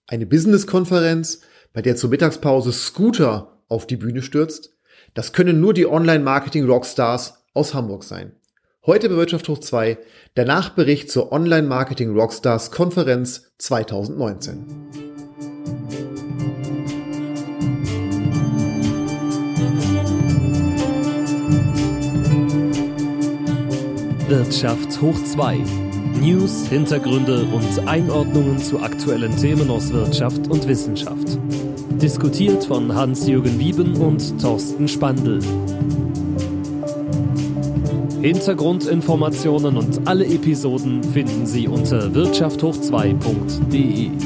Eine Business-Konferenz, bei der zur Mittagspause Scooter auf die Bühne stürzt, das können nur die Online-Marketing-Rockstars aus Hamburg sein. Heute bei Wirtschaft hoch 2 der Nachbericht zur Online-Marketing-Rockstars-Konferenz 2019. Wirtschaft hoch 2. News, Hintergründe und Einordnungen zu aktuellen Themen aus Wirtschaft und Wissenschaft. Diskutiert von Hans-Jürgen Wieben und Thorsten Spandl. Hintergrundinformationen und alle Episoden finden Sie unter wirtschafthoch2.de.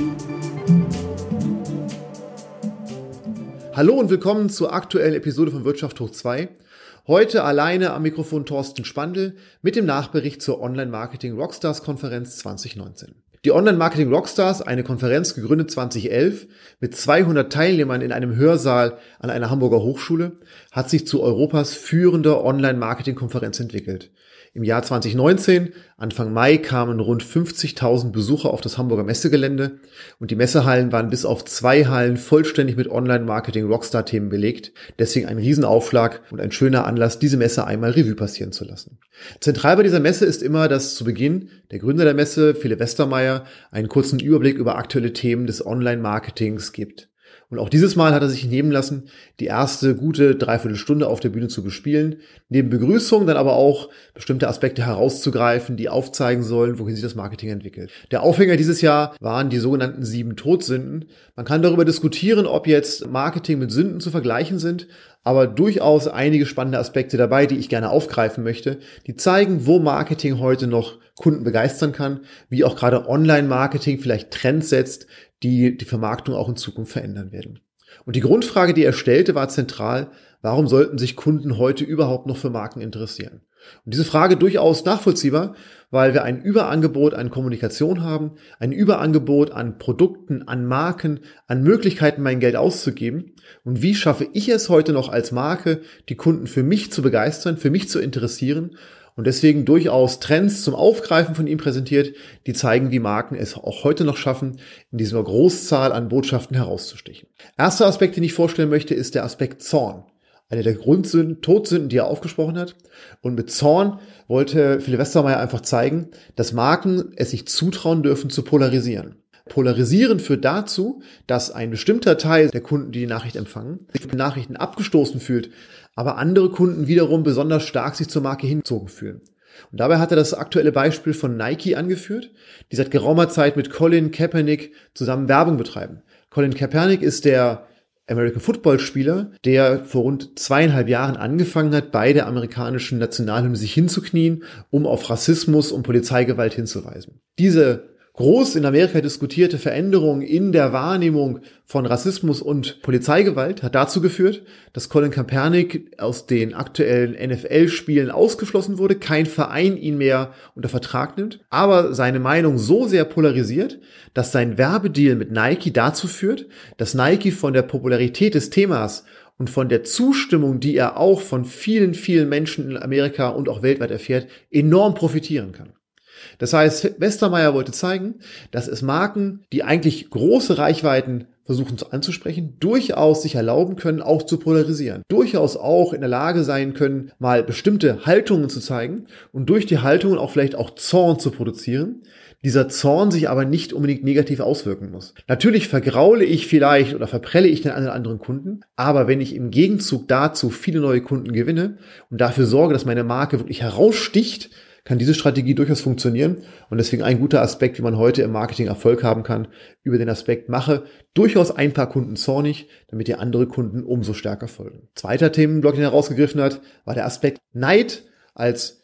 Hallo und willkommen zur aktuellen Episode von Wirtschaft hoch 2. Heute alleine am Mikrofon Thorsten Spandl mit dem Nachbericht zur Online-Marketing-Rockstars-Konferenz 2019. Die Online-Marketing-Rockstars, eine Konferenz gegründet 2011 mit 200 Teilnehmern in einem Hörsaal an einer Hamburger Hochschule, hat sich zu Europas führender Online-Marketing-Konferenz entwickelt. Im Jahr 2019, Anfang Mai, kamen rund 50.000 Besucher auf das Hamburger Messegelände und die Messehallen waren bis auf 2 Hallen vollständig mit Online-Marketing-Rockstar-Themen belegt. Deswegen ein Riesenaufschlag und ein schöner Anlass, diese Messe einmal Revue passieren zu lassen. Zentral bei dieser Messe ist immer, dass zu Beginn der Gründer der Messe, Philipp Westermeier, einen kurzen Überblick über aktuelle Themen des Online-Marketings gibt. Und auch dieses Mal hat er sich nehmen lassen, die erste gute Dreiviertelstunde auf der Bühne zu bespielen, neben Begrüßung dann aber auch bestimmte Aspekte herauszugreifen, die aufzeigen sollen, wohin sich das Marketing entwickelt. Der Aufhänger dieses Jahr waren die sogenannten 7 Todsünden. Man kann darüber diskutieren, ob jetzt Marketing mit Sünden zu vergleichen sind, aber durchaus einige spannende Aspekte dabei, die ich gerne aufgreifen möchte, die zeigen, wo Marketing heute noch Kunden begeistern kann, wie auch gerade Online-Marketing vielleicht Trends setzt, die die Vermarktung auch in Zukunft verändern werden. Und die Grundfrage, die er stellte, war zentral: Warum sollten sich Kunden heute überhaupt noch für Marken interessieren? Und diese Frage durchaus nachvollziehbar, weil wir ein Überangebot an Kommunikation haben, ein Überangebot an Produkten, an Marken, an Möglichkeiten, mein Geld auszugeben. Und wie schaffe ich es heute noch als Marke, die Kunden für mich zu begeistern, für mich zu interessieren? Und deswegen durchaus Trends zum Aufgreifen von ihm präsentiert, die zeigen, wie Marken es auch heute noch schaffen, in dieser Großzahl an Botschaften herauszustechen. Erster Aspekt, den ich vorstellen möchte, ist der Aspekt Zorn. Eine der Grundsünden, Todsünden, die er aufgesprochen hat. Und mit Zorn wollte Philipp Westermeier einfach zeigen, dass Marken es sich zutrauen dürfen, zu polarisieren. Polarisieren führt dazu, dass ein bestimmter Teil der Kunden, die die Nachricht empfangen, sich von Nachrichten abgestoßen fühlt, aber andere Kunden wiederum besonders stark sich zur Marke hingezogen fühlen. Und dabei hat er das aktuelle Beispiel von Nike angeführt, die seit geraumer Zeit mit Colin Kaepernick zusammen Werbung betreiben. Colin Kaepernick ist der American Football Spieler, der vor rund 2,5 Jahren angefangen hat, bei der amerikanischen Nationalhymne sich hinzuknien, um auf Rassismus und Polizeigewalt hinzuweisen. Diese groß in Amerika diskutierte Veränderung in der Wahrnehmung von Rassismus und Polizeigewalt hat dazu geführt, dass Colin Kaepernick aus den aktuellen NFL-Spielen ausgeschlossen wurde, kein Verein ihn mehr unter Vertrag nimmt, aber seine Meinung so sehr polarisiert, dass sein Werbedeal mit Nike dazu führt, dass Nike von der Popularität des Themas und von der Zustimmung, die er auch von vielen, vielen Menschen in Amerika und auch weltweit erfährt, enorm profitieren kann. Das heißt, Westermeier wollte zeigen, dass es Marken, die eigentlich große Reichweiten versuchen anzusprechen, durchaus sich erlauben können, auch zu polarisieren. Durchaus auch in der Lage sein können, mal bestimmte Haltungen zu zeigen und durch die Haltungen auch vielleicht auch Zorn zu produzieren. Dieser Zorn sich aber nicht unbedingt negativ auswirken muss. Natürlich vergraule ich vielleicht oder verprelle ich den einen oder anderen Kunden, aber wenn ich im Gegenzug dazu viele neue Kunden gewinne und dafür sorge, dass meine Marke wirklich heraussticht, kann diese Strategie durchaus funktionieren und deswegen ein guter Aspekt, wie man heute im Marketing Erfolg haben kann, über den Aspekt mache durchaus ein paar Kunden zornig, damit die andere Kunden umso stärker folgen. Zweiter Themenblock, den er herausgegriffen hat, war der Aspekt Neid als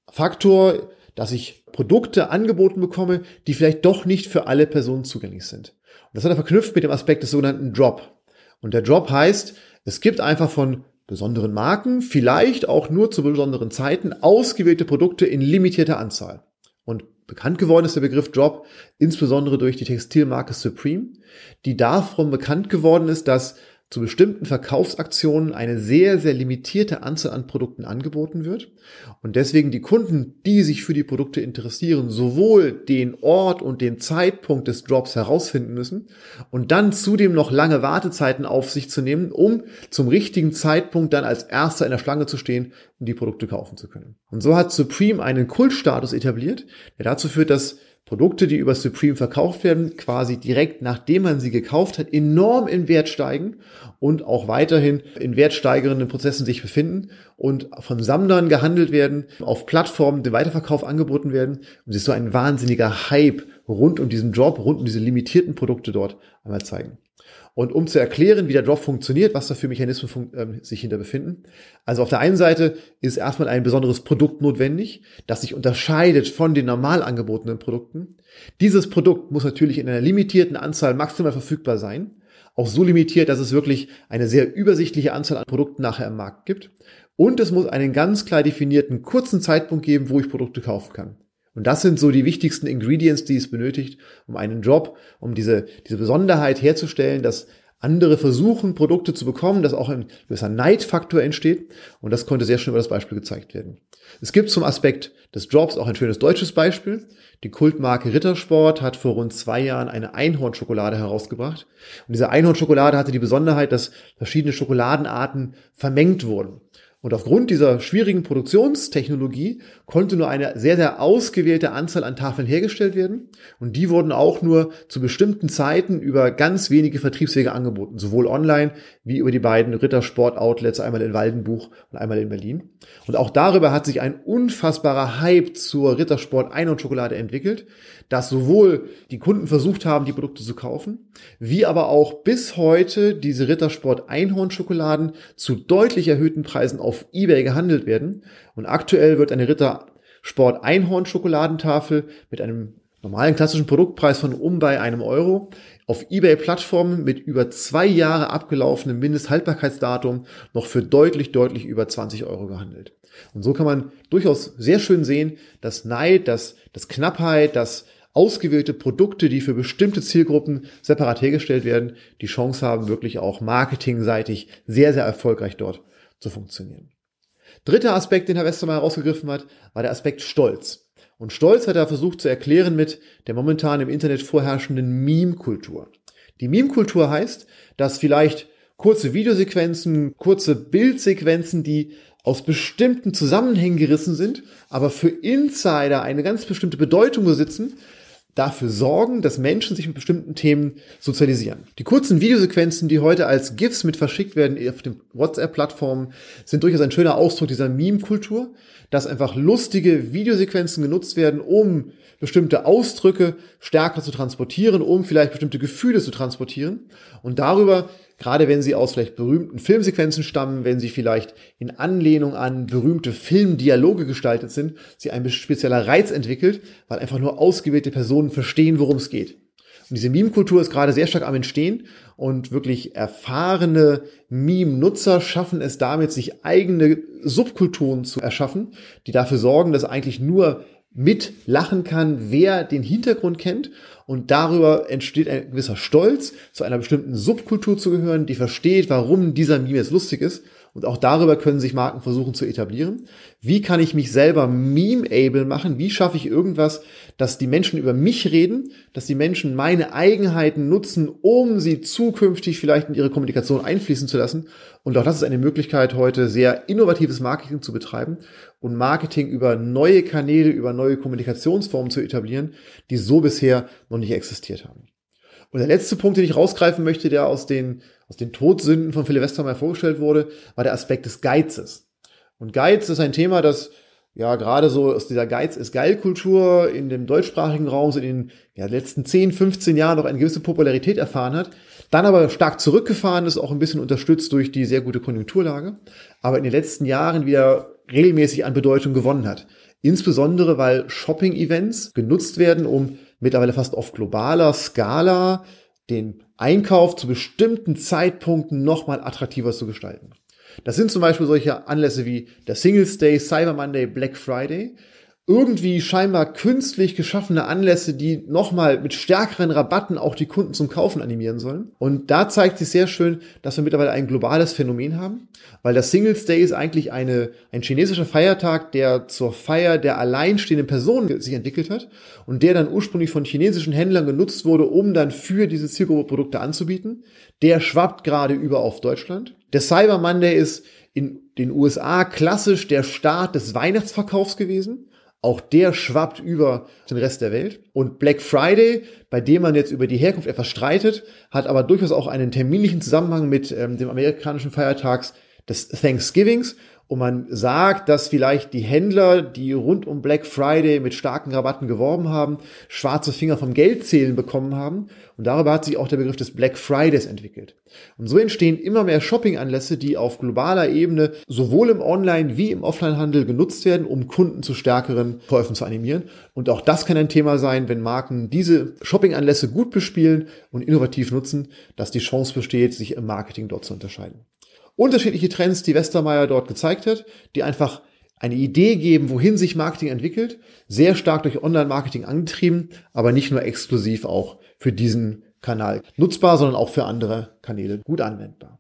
Faktor, dass ich Produkte angeboten bekomme, die vielleicht doch nicht für alle Personen zugänglich sind. Und das hat er verknüpft mit dem Aspekt des sogenannten Drop. Und der Drop heißt, es gibt einfach von besonderen Marken, vielleicht auch nur zu besonderen Zeiten, ausgewählte Produkte in limitierter Anzahl. Und bekannt geworden ist der Begriff Drop insbesondere durch die Textilmarke Supreme, die davon bekannt geworden ist, dass zu bestimmten Verkaufsaktionen eine sehr, sehr limitierte Anzahl an Produkten angeboten wird und deswegen die Kunden, die sich für die Produkte interessieren, sowohl den Ort und den Zeitpunkt des Drops herausfinden müssen und dann zudem noch lange Wartezeiten auf sich zu nehmen, um zum richtigen Zeitpunkt dann als Erster in der Schlange zu stehen, um die Produkte kaufen zu können. Und so hat Supreme einen Kultstatus etabliert, der dazu führt, dass Produkte, die über Supreme verkauft werden, quasi direkt nachdem man sie gekauft hat, enorm in Wert steigen und auch weiterhin in wertsteigernden Prozessen sich befinden und von Sammlern gehandelt werden, auf Plattformen den Weiterverkauf angeboten werden und sich so ein wahnsinniger Hype rund um diesen Drop, rund um diese limitierten Produkte dort einmal zeigen. Und um zu erklären, wie der Drop funktioniert, was da für Mechanismen sich hinter befinden. Also auf der einen Seite ist erstmal ein besonderes Produkt notwendig, das sich unterscheidet von den normal angebotenen Produkten. Dieses Produkt muss natürlich in einer limitierten Anzahl maximal verfügbar sein. Auch so limitiert, dass es wirklich eine sehr übersichtliche Anzahl an Produkten nachher im Markt gibt. Und es muss einen ganz klar definierten kurzen Zeitpunkt geben, wo ich Produkte kaufen kann. Und das sind so die wichtigsten Ingredients, die es benötigt, um einen Drop, um diese Besonderheit herzustellen, dass andere versuchen, Produkte zu bekommen, dass auch ein gewisser Neidfaktor entsteht. Und das konnte sehr schön über das Beispiel gezeigt werden. Es gibt zum Aspekt des Drops auch ein schönes deutsches Beispiel. Die Kultmarke Rittersport hat vor rund 2 Jahren eine Einhornschokolade herausgebracht. Und diese Einhornschokolade hatte die Besonderheit, dass verschiedene Schokoladenarten vermengt wurden. Und aufgrund dieser schwierigen Produktionstechnologie konnte nur eine sehr, sehr ausgewählte Anzahl an Tafeln hergestellt werden. Und die wurden auch nur zu bestimmten Zeiten über ganz wenige Vertriebswege angeboten, sowohl online wie über die beiden Rittersport-Outlets, einmal in Waldenbuch und einmal in Berlin. Und auch darüber hat sich ein unfassbarer Hype zur Rittersport-Einhornschokolade entwickelt, dass sowohl die Kunden versucht haben, die Produkte zu kaufen, wie aber auch bis heute diese Rittersport-Einhornschokoladen zu deutlich erhöhten Preisen auf eBay gehandelt werden. Und aktuell wird eine Rittersport-Einhorn-Schokoladentafel mit einem normalen klassischen Produktpreis von bei €1 auf eBay-Plattformen mit über 2 Jahre abgelaufenem Mindesthaltbarkeitsdatum noch für deutlich über 20 € gehandelt. Und so kann man durchaus sehr schön sehen, dass Neid, dass Knappheit, dass ausgewählte Produkte, die für bestimmte Zielgruppen separat hergestellt werden, die Chance haben, wirklich auch marketingseitig sehr, sehr erfolgreich dort zu funktionieren. Dritter Aspekt, den Herr Westermeier rausgegriffen hat, war der Aspekt Stolz. Und Stolz hat er versucht zu erklären mit der momentan im Internet vorherrschenden Meme-Kultur. Die Meme-Kultur heißt, dass vielleicht kurze Videosequenzen, kurze Bildsequenzen, die aus bestimmten Zusammenhängen gerissen sind, aber für Insider eine ganz bestimmte Bedeutung besitzen, dafür sorgen, dass Menschen sich mit bestimmten Themen sozialisieren. Die kurzen Videosequenzen, die heute als GIFs mit verschickt werden auf den WhatsApp-Plattformen, sind durchaus ein schöner Ausdruck dieser Meme-Kultur, dass einfach lustige Videosequenzen genutzt werden, um bestimmte Ausdrücke stärker zu transportieren, um vielleicht bestimmte Gefühle zu transportieren und darüber, gerade wenn sie aus vielleicht berühmten Filmsequenzen stammen, wenn sie vielleicht in Anlehnung an berühmte Filmdialoge gestaltet sind, sie ein spezieller Reiz entwickelt, weil einfach nur ausgewählte Personen verstehen, worum es geht. Und diese Meme-Kultur ist gerade sehr stark am Entstehen und wirklich erfahrene Meme-Nutzer schaffen es damit, sich eigene Subkulturen zu erschaffen, die dafür sorgen, dass eigentlich nur mitlachen kann, wer den Hintergrund kennt. Und darüber entsteht ein gewisser Stolz, zu einer bestimmten Subkultur zu gehören, die versteht, warum dieser Meme jetzt lustig ist. Und auch darüber können sich Marken versuchen zu etablieren. Wie kann ich mich selber meme-able machen? Wie schaffe ich irgendwas, dass die Menschen über mich reden, dass die Menschen meine Eigenheiten nutzen, um sie zukünftig vielleicht in ihre Kommunikation einfließen zu lassen? Und auch das ist eine Möglichkeit, heute sehr innovatives Marketing zu betreiben und Marketing über neue Kanäle, über neue Kommunikationsformen zu etablieren, die so bisher noch nicht existiert haben. Und der letzte Punkt, den ich rausgreifen möchte, der aus den Todsünden von Philipp Westermeier vorgestellt wurde, war der Aspekt des Geizes. Und Geiz ist ein Thema, das ja gerade so aus dieser Geiz-ist-geil-Kultur in dem deutschsprachigen Raum so in den letzten 10, 15 Jahren noch eine gewisse Popularität erfahren hat, dann aber stark zurückgefahren ist, auch ein bisschen unterstützt durch die sehr gute Konjunkturlage, aber in den letzten Jahren wieder regelmäßig an Bedeutung gewonnen hat. Insbesondere, weil Shopping-Events genutzt werden, um mittlerweile fast auf globaler Skala den Einkauf zu bestimmten Zeitpunkten nochmal attraktiver zu gestalten. Das sind zum Beispiel solche Anlässe wie der Singles Day, Cyber Monday, Black Friday, irgendwie scheinbar künstlich geschaffene Anlässe, die nochmal mit stärkeren Rabatten auch die Kunden zum Kaufen animieren sollen. Und da zeigt sich sehr schön, dass wir mittlerweile ein globales Phänomen haben, weil das Singles Day ist eigentlich ein chinesischer Feiertag, der zur Feier der alleinstehenden Person sich entwickelt hat und der dann ursprünglich von chinesischen Händlern genutzt wurde, um dann für diese Zielgruppe Produkte anzubieten. Der schwappt gerade über auf Deutschland. Der Cyber Monday ist in den USA klassisch der Start des Weihnachtsverkaufs gewesen. Auch der schwappt über den Rest der Welt. Und Black Friday, bei dem man jetzt über die Herkunft etwas streitet, hat aber durchaus auch einen terminlichen Zusammenhang mit dem amerikanischen Feiertag des Thanksgivings. Und man sagt, dass vielleicht die Händler, die rund um Black Friday mit starken Rabatten geworben haben, schwarze Finger vom Geldzählen bekommen haben. Und darüber hat sich auch der Begriff des Black Fridays entwickelt. Und so entstehen immer mehr Shopping-Anlässe, die auf globaler Ebene sowohl im Online- wie im Offline-Handel genutzt werden, um Kunden zu stärkeren Käufen zu animieren. Und auch das kann ein Thema sein, wenn Marken diese Shopping-Anlässe gut bespielen und innovativ nutzen, dass die Chance besteht, sich im Marketing dort zu unterscheiden. Unterschiedliche Trends, die Westermeier dort gezeigt hat, die einfach eine Idee geben, wohin sich Marketing entwickelt, sehr stark durch Online-Marketing angetrieben, aber nicht nur exklusiv auch für diesen Kanal nutzbar, sondern auch für andere Kanäle gut anwendbar.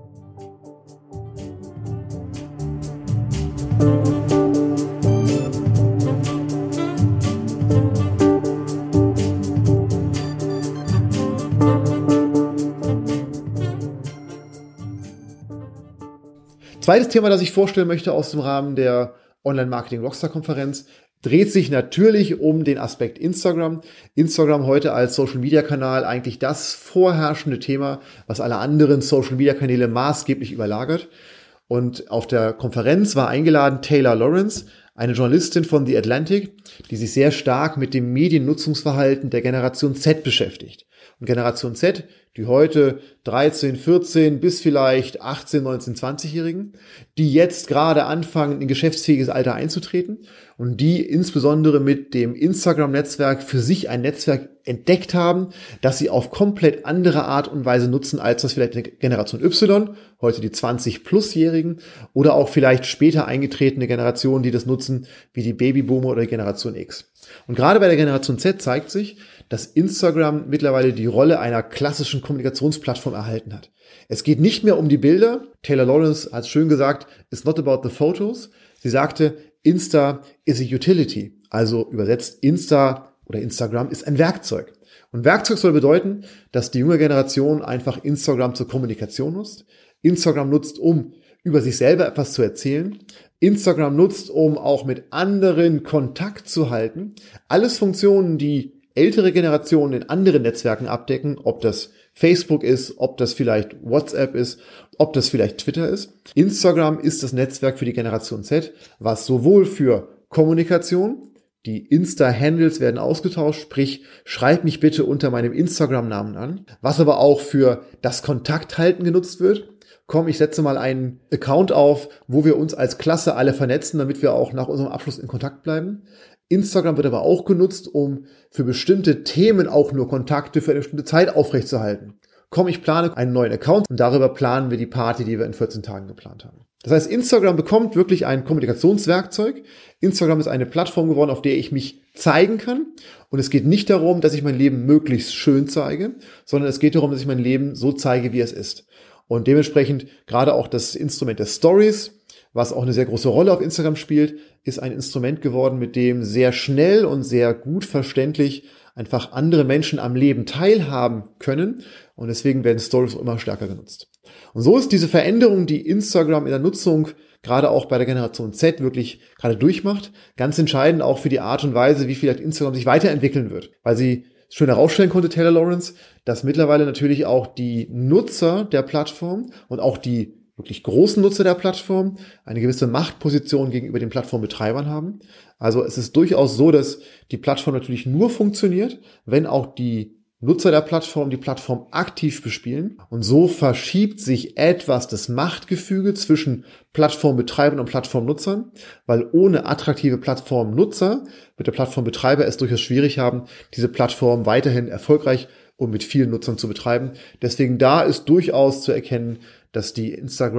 Zweites Thema, das ich vorstellen möchte aus dem Rahmen der Online-Marketing-Rockstar-Konferenz, dreht sich natürlich um den Aspekt Instagram. Instagram heute als Social-Media-Kanal eigentlich das vorherrschende Thema, was alle anderen Social-Media-Kanäle maßgeblich überlagert. Und auf der Konferenz war eingeladen Taylor Lawrence, eine Journalistin von The Atlantic, die sich sehr stark mit dem Mediennutzungsverhalten der Generation Z beschäftigt. Und Generation Z, die heute 13, 14 bis vielleicht 18, 19, 20-Jährigen, die jetzt gerade anfangen, in geschäftsfähiges Alter einzutreten und die insbesondere mit dem Instagram-Netzwerk für sich ein Netzwerk entdeckt haben, das sie auf komplett andere Art und Weise nutzen, als das vielleicht eine Generation Y, heute die 20-Plus-Jährigen, oder auch vielleicht später eingetretene Generationen, die das nutzen, wie die Babyboomer oder die Generation X. Und gerade bei der Generation Z zeigt sich, dass Instagram mittlerweile die Rolle einer klassischen Kommunikationsplattform erhalten hat. Es geht nicht mehr um die Bilder. Taylor Lawrence hat schön gesagt, it's not about the photos. Sie sagte, Insta is a utility. Also übersetzt, Insta oder Instagram ist ein Werkzeug. Und Werkzeug soll bedeuten, dass die junge Generation einfach Instagram zur Kommunikation nutzt. Instagram nutzt, um über sich selber etwas zu erzählen. Instagram nutzt, um auch mit anderen Kontakt zu halten. Alles Funktionen, die ältere Generationen in anderen Netzwerken abdecken, ob das Facebook ist, ob das vielleicht WhatsApp ist, ob das vielleicht Twitter ist. Instagram ist das Netzwerk für die Generation Z, was sowohl für Kommunikation, die Insta-Handles werden ausgetauscht, sprich, schreib mich bitte unter meinem Instagram-Namen an, was aber auch für das Kontakthalten genutzt wird. Komm, ich setze mal einen Account auf, wo wir uns als Klasse alle vernetzen, damit wir auch nach unserem Abschluss in Kontakt bleiben. Instagram wird aber auch genutzt, um für bestimmte Themen auch nur Kontakte für eine bestimmte Zeit aufrechtzuerhalten. Komm, ich plane einen neuen Account und darüber planen wir die Party, die wir in 14 Tagen geplant haben. Das heißt, Instagram bekommt wirklich ein Kommunikationswerkzeug. Instagram ist eine Plattform geworden, auf der ich mich zeigen kann. Und es geht nicht darum, dass ich mein Leben möglichst schön zeige, sondern es geht darum, dass ich mein Leben so zeige, wie es ist. Und dementsprechend gerade auch das Instrument der Stories, was auch eine sehr große Rolle auf Instagram spielt, ist ein Instrument geworden, mit dem sehr schnell und sehr gut verständlich einfach andere Menschen am Leben teilhaben können. Und deswegen werden Stories auch immer stärker genutzt. Und so ist diese Veränderung, die Instagram in der Nutzung gerade auch bei der Generation Z wirklich gerade durchmacht, ganz entscheidend auch für die Art und Weise, wie vielleicht Instagram sich weiterentwickeln wird. Weil sie schön herausstellen konnte, Taylor Lawrence, dass mittlerweile natürlich auch die Nutzer der Plattform und auch die wirklich großen Nutzer der Plattform eine gewisse Machtposition gegenüber den Plattformbetreibern haben. Also es ist durchaus so, dass die Plattform natürlich nur funktioniert, wenn auch die Nutzer der Plattform die Plattform aktiv bespielen. Und so verschiebt sich etwas das Machtgefüge zwischen Plattformbetreibern und Plattformnutzern, weil ohne attraktive Plattformnutzer wird der Plattformbetreiber es durchaus schwierig haben, diese Plattform weiterhin erfolgreich und mit vielen Nutzern zu betreiben. Deswegen da ist durchaus zu erkennen, dass die Instagram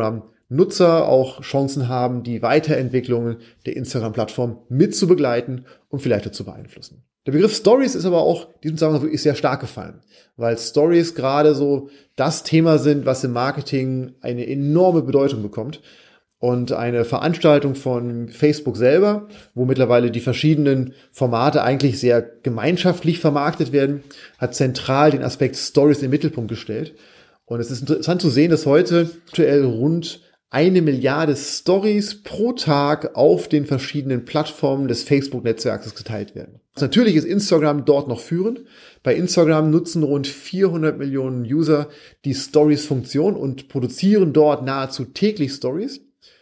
Nutzer auch Chancen haben, die Weiterentwicklungen der Instagram-Plattform mit zu begleiten und vielleicht zu beeinflussen. Der Begriff Stories ist aber auch in diesem Zusammenhang wirklich sehr stark gefallen, weil Stories gerade so das Thema sind, was im Marketing eine enorme Bedeutung bekommt. Und eine Veranstaltung von Facebook selber, wo mittlerweile die verschiedenen Formate eigentlich sehr gemeinschaftlich vermarktet werden, hat zentral den Aspekt Stories in den Mittelpunkt gestellt. Und es ist interessant zu sehen, dass heute aktuell rund 1 Milliarde Stories pro Tag auf den verschiedenen Plattformen des Facebook-Netzwerks geteilt werden. Natürlich ist Instagram dort noch führend. Bei Instagram nutzen rund 400 Millionen User die Stories-Funktion und produzieren dort nahezu täglich Stories.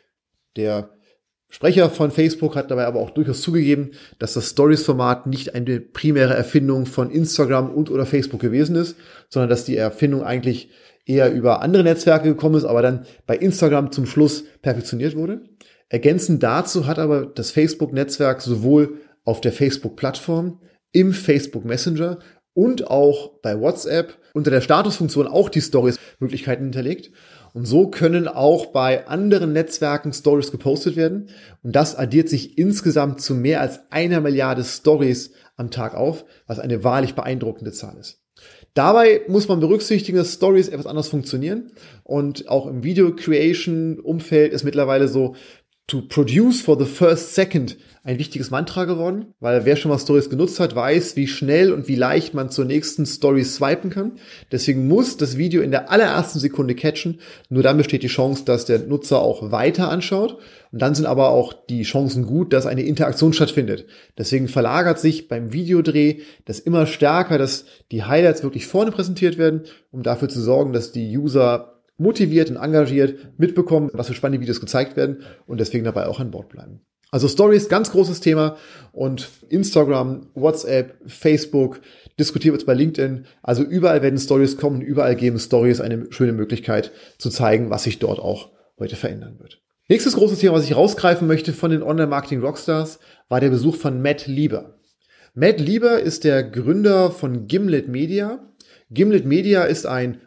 Der Sprecher von Facebook hat dabei aber auch durchaus zugegeben, dass das Stories-Format nicht eine primäre Erfindung von Instagram und oder Facebook gewesen ist, sondern dass die Erfindung eigentlich eher über andere Netzwerke gekommen ist, aber dann bei Instagram zum Schluss perfektioniert wurde. Ergänzend dazu hat aber das Facebook-Netzwerk sowohl auf der Facebook-Plattform, im Facebook Messenger und auch bei WhatsApp unter der Statusfunktion auch die Stories-Möglichkeiten hinterlegt. Und so können auch bei anderen Netzwerken Stories gepostet werden. Und das addiert sich insgesamt zu mehr als 1 Milliarde Stories am Tag auf, was eine wahrlich beeindruckende Zahl ist. Dabei muss man berücksichtigen, dass Stories etwas anders funktionieren. Und auch im Video-Creation-Umfeld ist mittlerweile so, to produce for the first second ein wichtiges Mantra geworden, weil wer schon mal Stories genutzt hat, weiß, wie schnell und wie leicht man zur nächsten Story swipen kann. Deswegen muss das Video in der allerersten Sekunde catchen. Nur dann besteht die Chance, dass der Nutzer auch weiter anschaut. Und dann sind aber auch die Chancen gut, dass eine Interaktion stattfindet. Deswegen verlagert sich beim Videodreh das immer stärker, dass die Highlights wirklich vorne präsentiert werden, um dafür zu sorgen, dass die User motiviert und engagiert mitbekommen, was für spannende Videos gezeigt werden und deswegen dabei auch an Bord bleiben. Also Stories, ganz großes Thema und Instagram, WhatsApp, Facebook, diskutiert wird bei LinkedIn. Also überall werden Stories kommen, überall geben Stories eine schöne Möglichkeit zu zeigen, was sich dort auch heute verändern wird. Nächstes großes Thema, was ich rausgreifen möchte von den Online-Marketing-Rockstars, war der Besuch von Matt Lieber. Matt Lieber ist der Gründer von Gimlet Media. Gimlet Media ist ein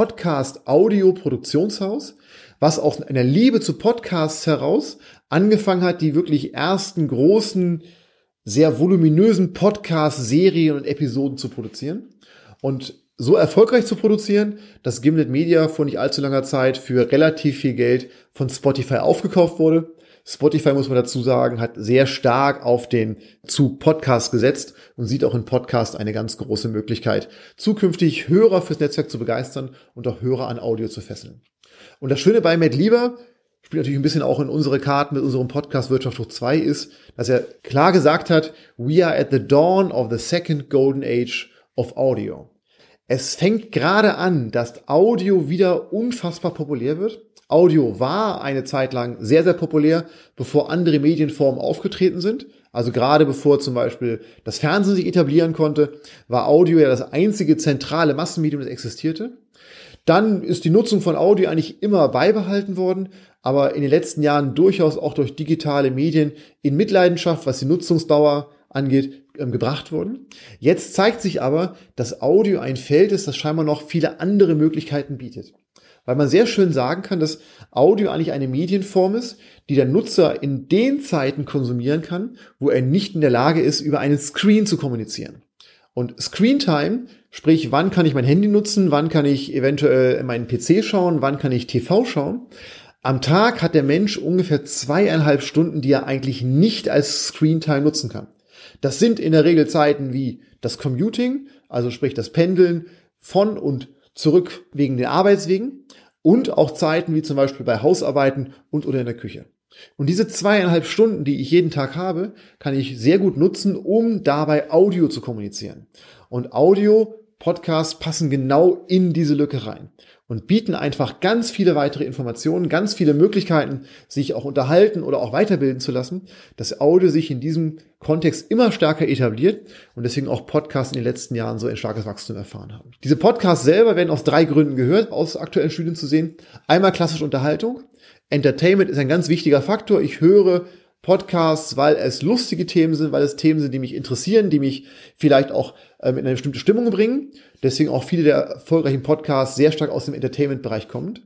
Podcast-Audio-Produktionshaus, was aus einer Liebe zu Podcasts heraus angefangen hat, die wirklich ersten großen, sehr voluminösen Podcast-Serien und Episoden zu produzieren. Und so erfolgreich zu produzieren, dass Gimlet Media vor nicht allzu langer Zeit für relativ viel Geld von Spotify aufgekauft wurde. Spotify, muss man dazu sagen, hat sehr stark auf den Zug Podcast gesetzt und sieht auch in Podcast eine ganz große Möglichkeit, zukünftig Hörer fürs Netzwerk zu begeistern und auch Hörer an Audio zu fesseln. Und das Schöne bei Matt Lieber, spielt natürlich ein bisschen auch in unsere Karten mit unserem Podcast Wirtschaft hoch 2 ist, dass er klar gesagt hat, we are at the dawn of the second golden age of audio. Es fängt gerade an, dass Audio wieder unfassbar populär wird. Audio war eine Zeit lang sehr, sehr populär, bevor andere Medienformen aufgetreten sind. Also gerade bevor zum Beispiel das Fernsehen sich etablieren konnte, war Audio ja das einzige zentrale Massenmedium, das existierte. Dann ist die Nutzung von Audio eigentlich immer beibehalten worden, aber in den letzten Jahren durchaus auch durch digitale Medien in Mitleidenschaft, was die Nutzungsdauer angeht, gebracht worden. Jetzt zeigt sich aber, dass Audio ein Feld ist, das scheinbar noch viele andere Möglichkeiten bietet. Weil man sehr schön sagen kann, dass Audio eigentlich eine Medienform ist, die der Nutzer in den Zeiten konsumieren kann, wo er nicht in der Lage ist, über einen Screen zu kommunizieren. Und Screentime, sprich, wann kann ich mein Handy nutzen, wann kann ich eventuell in meinen PC schauen, wann kann ich TV schauen. Am Tag hat der Mensch ungefähr 2,5 Stunden, die er eigentlich nicht als Screentime nutzen kann. Das sind in der Regel Zeiten wie das Commuting, also sprich das Pendeln von und zurück wegen den Arbeitswegen und auch Zeiten wie zum Beispiel bei Hausarbeiten und oder in der Küche. Und diese 2,5 Stunden, die ich jeden Tag habe, kann ich sehr gut nutzen, um dabei Audio zu kommunizieren. Und Audio, Podcasts passen genau in diese Lücke rein und bieten einfach ganz viele weitere Informationen, ganz viele Möglichkeiten, sich auch unterhalten oder auch weiterbilden zu lassen, dass Audio sich in diesem Kontext immer stärker etabliert und deswegen auch Podcasts in den letzten Jahren so ein starkes Wachstum erfahren haben. Diese Podcasts selber werden aus 3 Gründen gehört, aus aktuellen Studien zu sehen. Einmal klassische Unterhaltung. Entertainment ist ein ganz wichtiger Faktor. Ich höre Podcasts, weil es lustige Themen sind, weil es Themen sind, die mich interessieren, die mich vielleicht auch in eine bestimmte Stimmung bringen. Deswegen auch viele der erfolgreichen Podcasts sehr stark aus dem Entertainment-Bereich kommend.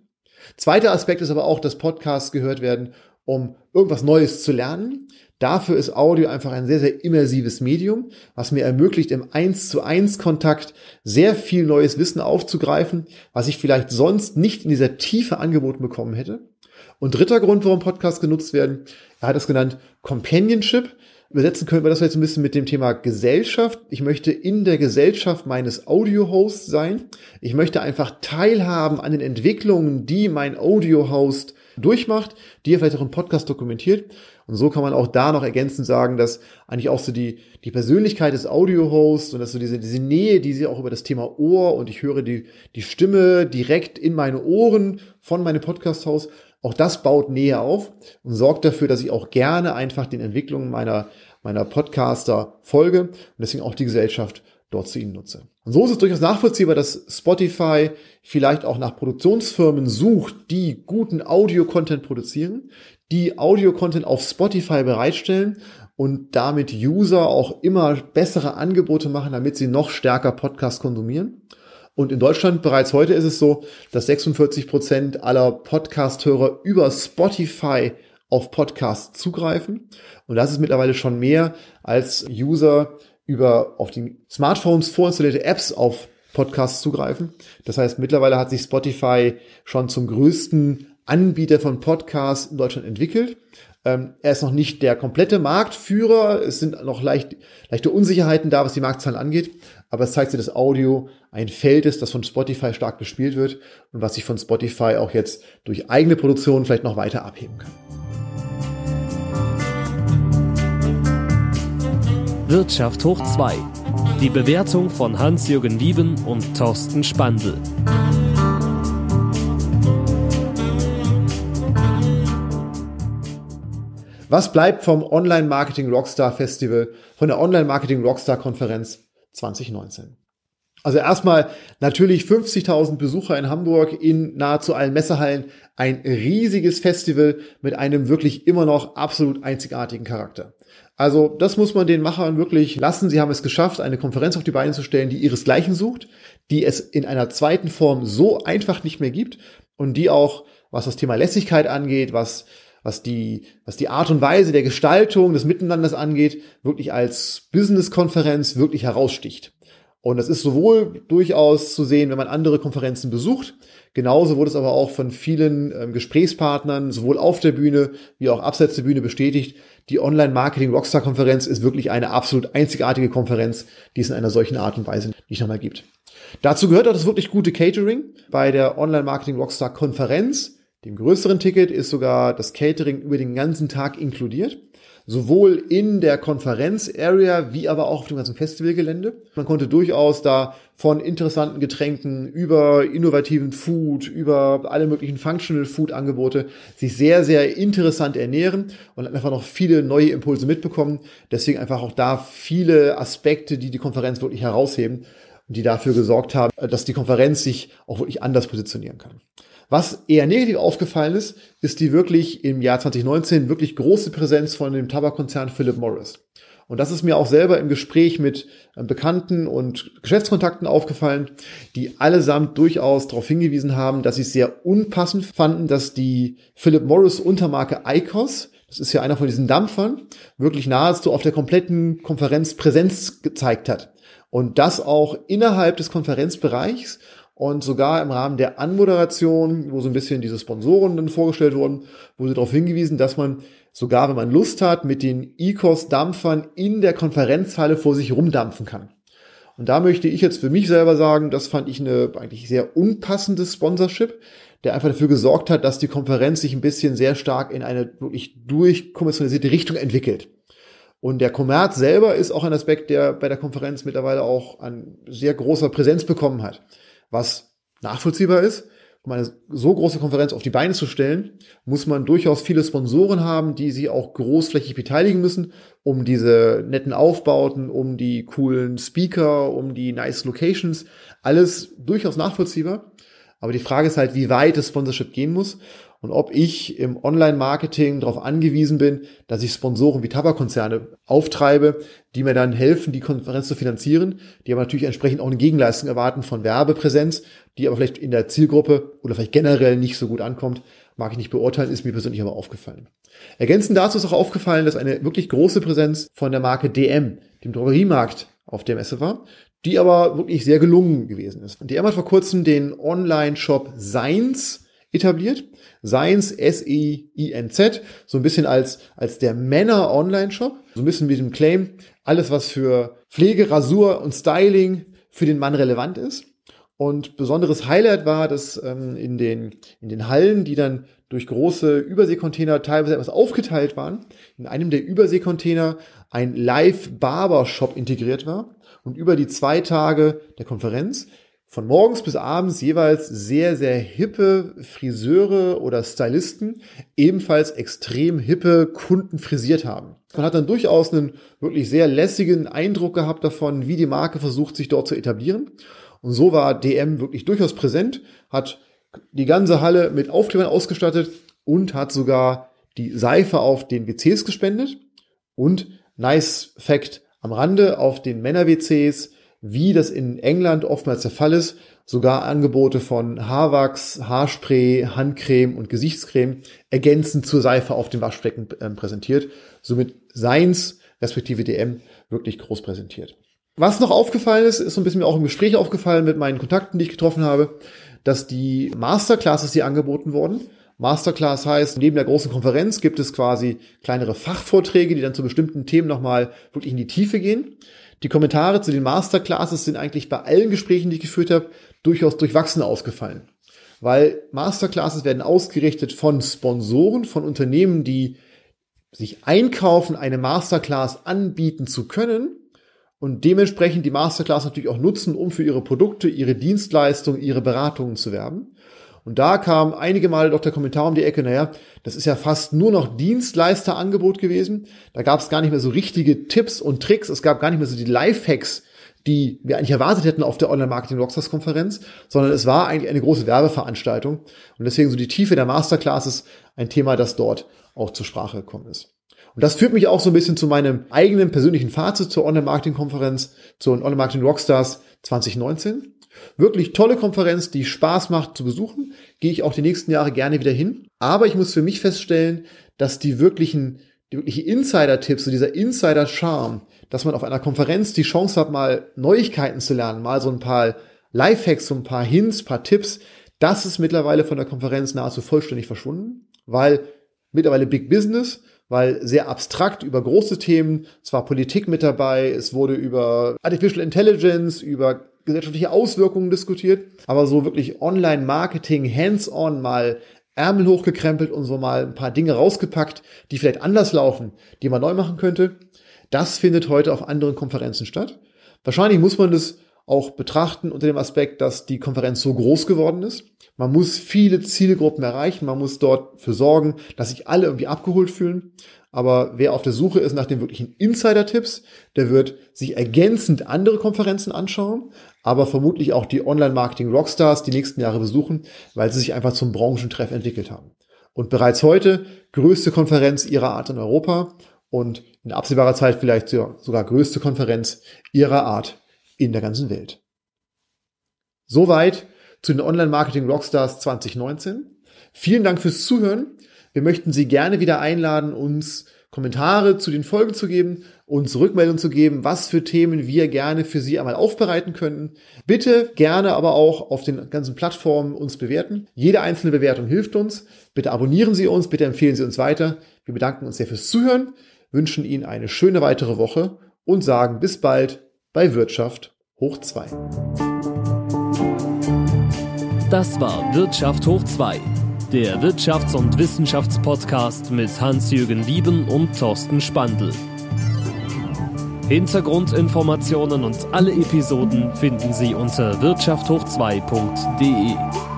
Zweiter Aspekt ist aber auch, dass Podcasts gehört werden, um irgendwas Neues zu lernen. Dafür ist Audio einfach ein sehr, sehr immersives Medium, was mir ermöglicht, im 1:1 Kontakt sehr viel neues Wissen aufzugreifen, was ich vielleicht sonst nicht in dieser Tiefe angeboten bekommen hätte. Und dritter Grund, warum Podcasts genutzt werden, er hat es genannt Companionship. Übersetzen können wir das jetzt ein bisschen mit dem Thema Gesellschaft. Ich möchte in der Gesellschaft meines Audio-Hosts sein. Ich möchte einfach teilhaben an den Entwicklungen, die mein Audio-Host durchmacht, die er vielleicht auch im Podcast dokumentiert. Und so kann man auch da noch ergänzend sagen, dass eigentlich auch so die Persönlichkeit des Audio-Hosts und dass so diese Nähe, die sie auch über das Thema Ohr und ich höre die Stimme direkt in meine Ohren von meinem Podcast-Host, auch das baut Nähe auf und sorgt dafür, dass ich auch gerne einfach den Entwicklungen meiner Podcaster folge und deswegen auch die Gesellschaft dort zu ihnen nutze. Und so ist es durchaus nachvollziehbar, dass Spotify vielleicht auch nach Produktionsfirmen sucht, die guten Audio-Content produzieren, die Audio-Content auf Spotify bereitstellen und damit User auch immer bessere Angebote machen, damit sie noch stärker Podcast konsumieren. Und in Deutschland bereits heute ist es so, dass 46% aller Podcast-Hörer über Spotify auf Podcasts zugreifen. Und das ist mittlerweile schon mehr als User über auf den Smartphones vorinstallierte Apps auf Podcasts zugreifen. Das heißt, mittlerweile hat sich Spotify schon zum größten Anbieter von Podcasts in Deutschland entwickelt. Er ist noch nicht der komplette Marktführer. Es sind noch leichte Unsicherheiten da, was die Marktzahlen angeht. Aber es zeigt sich, dass Audio ein Feld ist, das von Spotify stark bespielt wird und was sich von Spotify auch jetzt durch eigene Produktion vielleicht noch weiter abheben kann. Wirtschaft hoch 2. Die Bewertung von Hans-Jürgen Wieben und Thorsten Spandl. Was bleibt vom Online-Marketing Rockstar Festival, von der Online-Marketing Rockstar Konferenz 2019? Also erstmal natürlich 50.000 Besucher in Hamburg in nahezu allen Messehallen. Ein riesiges Festival mit einem wirklich immer noch absolut einzigartigen Charakter. Also das muss man den Machern wirklich lassen. Sie haben es geschafft, eine Konferenz auf die Beine zu stellen, die ihresgleichen sucht, die es in einer zweiten Form so einfach nicht mehr gibt und die auch, was das Thema Lässigkeit angeht, was die Art und Weise der Gestaltung des Miteinanders angeht, wirklich als Business-Konferenz wirklich heraussticht. Und das ist sowohl durchaus zu sehen, wenn man andere Konferenzen besucht, genauso wurde es aber auch von vielen Gesprächspartnern, sowohl auf der Bühne wie auch abseits der Bühne bestätigt, die Online-Marketing-Rockstar-Konferenz ist wirklich eine absolut einzigartige Konferenz, die es in einer solchen Art und Weise nicht nochmal gibt. Dazu gehört auch das wirklich gute Catering bei der Online-Marketing-Rockstar-Konferenz. Dem größeren Ticket ist sogar das Catering über den ganzen Tag inkludiert. Sowohl in der Konferenz-Area wie aber auch auf dem ganzen Festivalgelände. Man konnte durchaus da von interessanten Getränken über innovativen Food, über alle möglichen Functional Food Angebote sich sehr, sehr interessant ernähren und hat einfach noch viele neue Impulse mitbekommen. Deswegen einfach auch da viele Aspekte, die die Konferenz wirklich herausheben und die dafür gesorgt haben, dass die Konferenz sich auch wirklich anders positionieren kann. Was eher negativ aufgefallen ist, ist die wirklich im Jahr 2019 wirklich große Präsenz von dem Tabakkonzern Philip Morris. Und das ist mir auch selber im Gespräch mit Bekannten und Geschäftskontakten aufgefallen, die allesamt durchaus darauf hingewiesen haben, dass sie es sehr unpassend fanden, dass die Philip Morris Untermarke IQOS, das ist ja einer von diesen Dampfern, wirklich nahezu auf der kompletten Konferenz Präsenz gezeigt hat. Und das auch innerhalb des Konferenzbereichs. Und sogar im Rahmen der Anmoderation, wo so ein bisschen diese Sponsoren dann vorgestellt wurden, wurde darauf hingewiesen, dass man sogar, wenn man Lust hat, mit den IQOS-Dampfern in der Konferenzhalle vor sich rumdampfen kann. Und da möchte ich jetzt für mich selber sagen, das fand ich eine eigentlich sehr unpassendes Sponsorship, der einfach dafür gesorgt hat, dass die Konferenz sich ein bisschen sehr stark in eine wirklich durchkommerzialisierte Richtung entwickelt. Und der Kommerz selber ist auch ein Aspekt, der bei der Konferenz mittlerweile auch an sehr großer Präsenz bekommen hat. Was nachvollziehbar ist, um eine so große Konferenz auf die Beine zu stellen, muss man durchaus viele Sponsoren haben, die sich auch großflächig beteiligen müssen, um diese netten Aufbauten, um die coolen Speaker, um die nice Locations, alles durchaus nachvollziehbar. Aber die Frage ist halt, wie weit das Sponsorship gehen muss. und ob ich im Online-Marketing darauf angewiesen bin, dass ich Sponsoren wie Tabakkonzerne auftreibe, die mir dann helfen, die Konferenz zu finanzieren, die aber natürlich entsprechend auch eine Gegenleistung erwarten von Werbepräsenz, die aber vielleicht in der Zielgruppe oder vielleicht generell nicht so gut ankommt, mag ich nicht beurteilen, ist mir persönlich aber aufgefallen. Ergänzend dazu ist auch aufgefallen, dass eine wirklich große Präsenz von der Marke DM, dem Drogeriemarkt, auf der Messe war, die aber wirklich sehr gelungen gewesen ist. Und DM hat vor kurzem den Online-Shop Seinz etabliert. Seinz, S-E-I-N-Z, so ein bisschen als der Männer-Online-Shop. So ein bisschen mit dem Claim, alles was für Pflege, Rasur und Styling für den Mann relevant ist. Und besonderes Highlight war, dass in den Hallen, die dann durch große Überseekontainer teilweise etwas aufgeteilt waren, in einem der Überseekontainer ein Live-Barber-Shop integriert war und über die 2 Tage der Konferenz von morgens bis abends jeweils sehr, sehr hippe Friseure oder Stylisten ebenfalls extrem hippe Kunden frisiert haben. Man hat dann durchaus einen wirklich sehr lässigen Eindruck gehabt davon, wie die Marke versucht, sich dort zu etablieren. Und so war DM wirklich durchaus präsent, hat die ganze Halle mit Aufklebern ausgestattet und hat sogar die Seife auf den WCs gespendet. Und nice Fact am Rande, auf den Männer-WCs, wie das in England oftmals der Fall ist, sogar Angebote von Haarwachs, Haarspray, Handcreme und Gesichtscreme ergänzend zur Seife auf dem Waschbecken präsentiert. Somit Seinz respektive DM wirklich groß präsentiert. Was noch aufgefallen ist so ein bisschen mir auch im Gespräch aufgefallen mit meinen Kontakten, die ich getroffen habe, dass die Masterclasses, die angeboten wurden, Masterclass heißt, neben der großen Konferenz gibt es quasi kleinere Fachvorträge, die dann zu bestimmten Themen nochmal wirklich in die Tiefe gehen. Die Kommentare zu den Masterclasses sind eigentlich bei allen Gesprächen, die ich geführt habe, durchaus durchwachsen ausgefallen. Weil Masterclasses werden ausgerichtet von Sponsoren, von Unternehmen, die sich einkaufen, eine Masterclass anbieten zu können und dementsprechend die Masterclass natürlich auch nutzen, um für ihre Produkte, ihre Dienstleistungen, ihre Beratungen zu werben. Und da kam einige Male doch der Kommentar um die Ecke, naja, das ist ja fast nur noch Dienstleisterangebot gewesen. Da gab es gar nicht mehr so richtige Tipps und Tricks. Es gab gar nicht mehr so die Lifehacks, die wir eigentlich erwartet hätten auf der Online-Marketing-Rockstars-Konferenz, sondern es war eigentlich eine große Werbeveranstaltung. Und deswegen so die Tiefe der Masterclasses ein Thema, das dort auch zur Sprache gekommen ist. Und das führt mich auch so ein bisschen zu meinem eigenen persönlichen Fazit zur Online-Marketing-Konferenz, zur Online-Marketing-Rockstars 2019. Wirklich tolle Konferenz, die Spaß macht zu besuchen. Gehe ich auch die nächsten Jahre gerne wieder hin. Aber ich muss für mich feststellen, dass die wirklichen Insider-Tipps, so dieser Insider-Charme, dass man auf einer Konferenz die Chance hat, mal Neuigkeiten zu lernen, mal so ein paar Lifehacks, so ein paar Hints, paar Tipps, das ist mittlerweile von der Konferenz nahezu vollständig verschwunden, weil mittlerweile Big Business, weil sehr abstrakt über große Themen, zwar Politik mit dabei, es wurde über Artificial Intelligence, über gesellschaftliche Auswirkungen diskutiert, aber so wirklich Online-Marketing, hands-on mal Ärmel hochgekrempelt und so mal ein paar Dinge rausgepackt, die vielleicht anders laufen, die man neu machen könnte, das findet heute auf anderen Konferenzen statt. Wahrscheinlich muss man das auch betrachten unter dem Aspekt, dass die Konferenz so groß geworden ist. Man muss viele Zielgruppen erreichen, man muss dort für sorgen, dass sich alle irgendwie abgeholt fühlen. Aber wer auf der Suche ist nach den wirklichen Insider-Tipps, der wird sich ergänzend andere Konferenzen anschauen, aber vermutlich auch die Online-Marketing-Rockstars die nächsten Jahre besuchen, weil sie sich einfach zum Branchentreff entwickelt haben. Und bereits heute größte Konferenz ihrer Art in Europa und in absehbarer Zeit vielleicht sogar größte Konferenz ihrer Art in der ganzen Welt. Soweit zu den Online-Marketing-Rockstars 2019. Vielen Dank fürs Zuhören. Wir möchten Sie gerne wieder einladen, uns Kommentare zu den Folgen zu geben, uns Rückmeldungen zu geben, was für Themen wir gerne für Sie einmal aufbereiten könnten. Bitte gerne aber auch auf den ganzen Plattformen uns bewerten. Jede einzelne Bewertung hilft uns. Bitte abonnieren Sie uns, bitte empfehlen Sie uns weiter. Wir bedanken uns sehr fürs Zuhören, wünschen Ihnen eine schöne weitere Woche und sagen bis bald bei Wirtschaft hoch 2. Das war Wirtschaft hoch 2, der Wirtschafts- und Wissenschaftspodcast mit Hans-Jürgen Wieben und Thorsten Spandl. Hintergrundinformationen und alle Episoden finden Sie unter wirtschafthoch2.de.